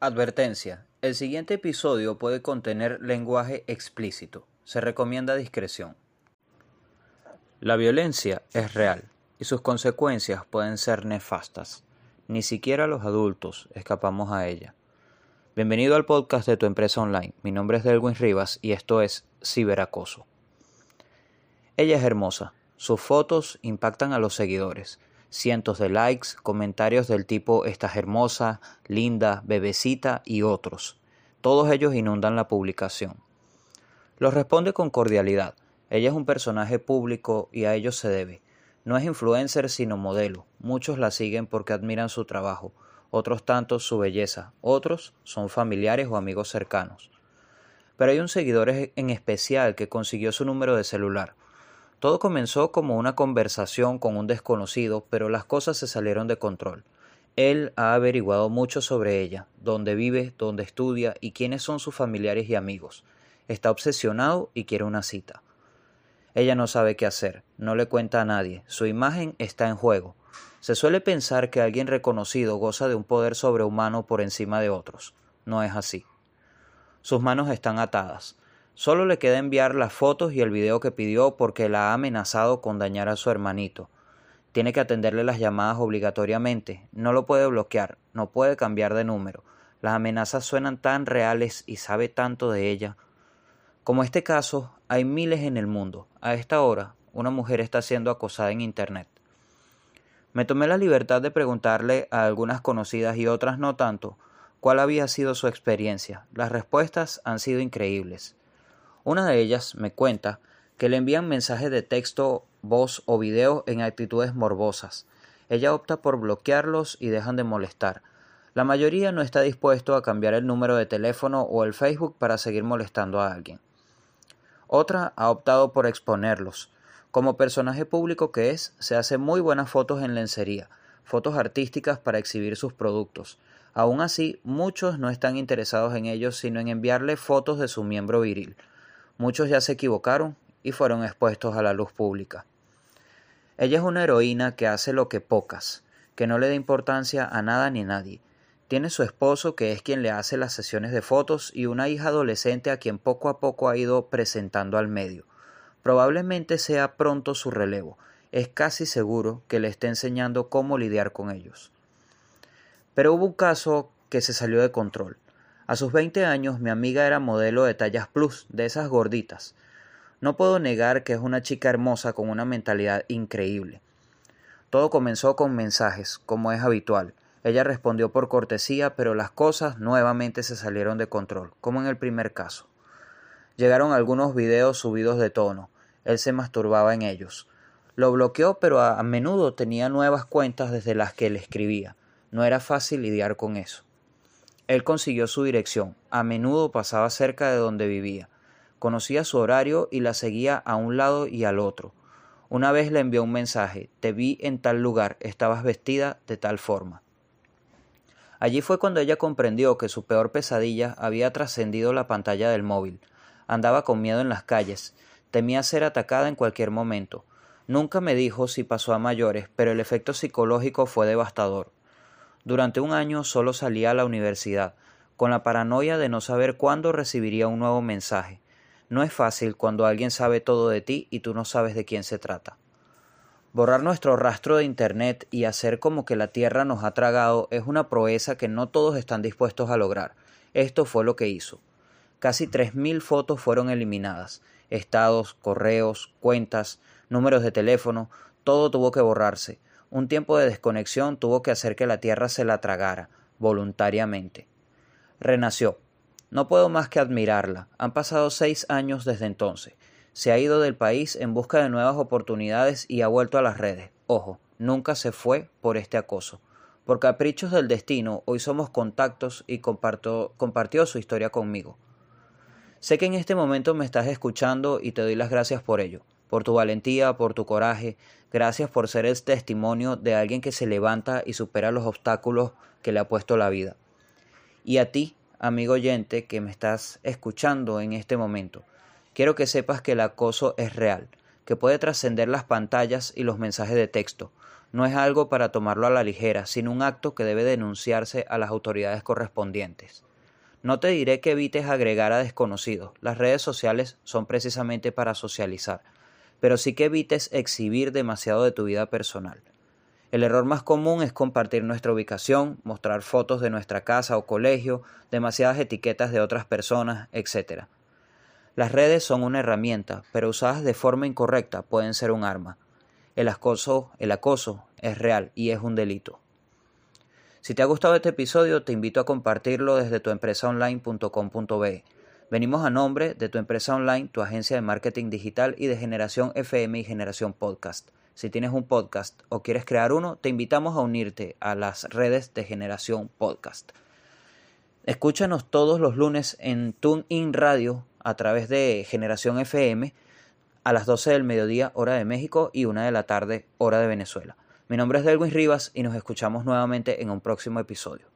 Advertencia: el siguiente episodio puede contener lenguaje explícito. Se recomienda discreción. La violencia es real y sus consecuencias pueden ser nefastas. Ni siquiera los adultos escapamos a ella. Bienvenido al podcast de tu empresa online. Mi nombre es Delwin Rivas y esto es Ciberacoso. Ella es hermosa. Sus fotos impactan a los seguidores. Cientos de likes, comentarios del tipo "estás hermosa", "linda", "bebecita" y otros. Todos ellos inundan la publicación. Los responde con cordialidad. Ella es un personaje público y a ellos se debe. No es influencer sino modelo. Muchos la siguen porque admiran su trabajo, otros tantos su belleza, otros son familiares o amigos cercanos. Pero hay un seguidor en especial que consiguió su número de celular. Todo comenzó como una conversación con un desconocido, pero las cosas se salieron de control. Él ha averiguado mucho sobre ella, dónde vive, dónde estudia y quiénes son sus familiares y amigos. Está obsesionado y quiere una cita. Ella no sabe qué hacer, no le cuenta a nadie, su imagen está en juego. Se suele pensar que alguien reconocido goza de un poder sobrehumano por encima de otros. No es así. Sus manos están atadas. Solo le queda enviar las fotos y el video que pidió porque la ha amenazado con dañar a su hermanito. Tiene que atenderle las llamadas obligatoriamente. No lo puede bloquear, no puede cambiar de número. Las amenazas suenan tan reales y sabe tanto de ella. Como este caso, hay miles en el mundo. A esta hora, una mujer está siendo acosada en internet. Me tomé la libertad de preguntarle a algunas conocidas y otras no tanto cuál había sido su experiencia. Las respuestas han sido increíbles. Una de ellas me cuenta que le envían mensajes de texto, voz o video en actitudes morbosas. Ella opta por bloquearlos y dejan de molestar. La mayoría no está dispuesto a cambiar el número de teléfono o el Facebook para seguir molestando a alguien. Otra ha optado por exponerlos. Como personaje público que es, se hace muy buenas fotos en lencería, fotos artísticas para exhibir sus productos. Aún así, muchos no están interesados en ellos sino en enviarle fotos de su miembro viril. Muchos ya se equivocaron y fueron expuestos a la luz pública. Ella es una heroína que hace lo que pocas, que no le da importancia a nada ni nadie. Tiene su esposo que es quien le hace las sesiones de fotos y una hija adolescente a quien poco a poco ha ido presentando al medio. Probablemente sea pronto su relevo. Es casi seguro que le esté enseñando cómo lidiar con ellos. Pero hubo un caso que se salió de control. A sus 20 años mi amiga era modelo de tallas plus, de esas gorditas. No puedo negar que es una chica hermosa con una mentalidad increíble. Todo comenzó con mensajes, como es habitual. Ella respondió por cortesía, pero las cosas nuevamente se salieron de control, como en el primer caso. Llegaron algunos videos subidos de tono. Él se masturbaba en ellos. Lo bloqueó, pero a menudo tenía nuevas cuentas desde las que le escribía. No era fácil lidiar con eso. Él consiguió su dirección. A menudo pasaba cerca de donde vivía. Conocía su horario y la seguía a un lado y al otro. Una vez le envió un mensaje: "Te vi en tal lugar, estabas vestida de tal forma". Allí fue cuando ella comprendió que su peor pesadilla había trascendido la pantalla del móvil. Andaba con miedo en las calles. Temía ser atacada en cualquier momento. Nunca me dijo si pasó a mayores, pero el efecto psicológico fue devastador. Durante un año solo salía a la universidad, con la paranoia de no saber cuándo recibiría un nuevo mensaje. No es fácil cuando alguien sabe todo de ti y tú no sabes de quién se trata. Borrar nuestro rastro de internet y hacer como que la tierra nos ha tragado es una proeza que no todos están dispuestos a lograr. Esto fue lo que hizo. Casi 3.000 fotos fueron eliminadas. Estados, correos, cuentas, números de teléfono, todo tuvo que borrarse. Un tiempo de desconexión tuvo que hacer que la tierra se la tragara, voluntariamente. Renació. No puedo más que admirarla. Han pasado 6 años desde entonces. Se ha ido del país en busca de nuevas oportunidades y ha vuelto a las redes. Ojo, nunca se fue por este acoso. Por caprichos del destino, hoy somos contactos y compartió su historia conmigo. Sé que en este momento me estás escuchando y te doy las gracias por ello, por tu valentía, por tu coraje. Gracias por ser el testimonio de alguien que se levanta y supera los obstáculos que le ha puesto la vida. Y a ti, amigo oyente que me estás escuchando en este momento, quiero que sepas que el acoso es real, que puede trascender las pantallas y los mensajes de texto. no es algo para tomarlo a la ligera, sino un acto que debe denunciarse a las autoridades correspondientes. No te diré que evites agregar a desconocidos, las redes sociales son precisamente para socializar, pero sí que evites exhibir demasiado de tu vida personal. El error más común es compartir nuestra ubicación, mostrar fotos de nuestra casa o colegio, demasiadas etiquetas de otras personas, etc. Las redes son una herramienta, pero usadas de forma incorrecta pueden ser un arma. El acoso es real y es un delito. Si te ha gustado este episodio, te invito a compartirlo desde tuempresaonline.com.be. Venimos a nombre de Tu Empresa Online, tu agencia de marketing digital y de Generación FM y Generación Podcast. Si tienes un podcast o quieres crear uno, te invitamos a unirte a las redes de Generación Podcast. Escúchanos todos los lunes en TuneIn Radio a través de Generación FM a las 12 del mediodía, hora de México, y 1 de la tarde, hora de Venezuela. Mi nombre es Delwin Rivas y nos escuchamos nuevamente en un próximo episodio.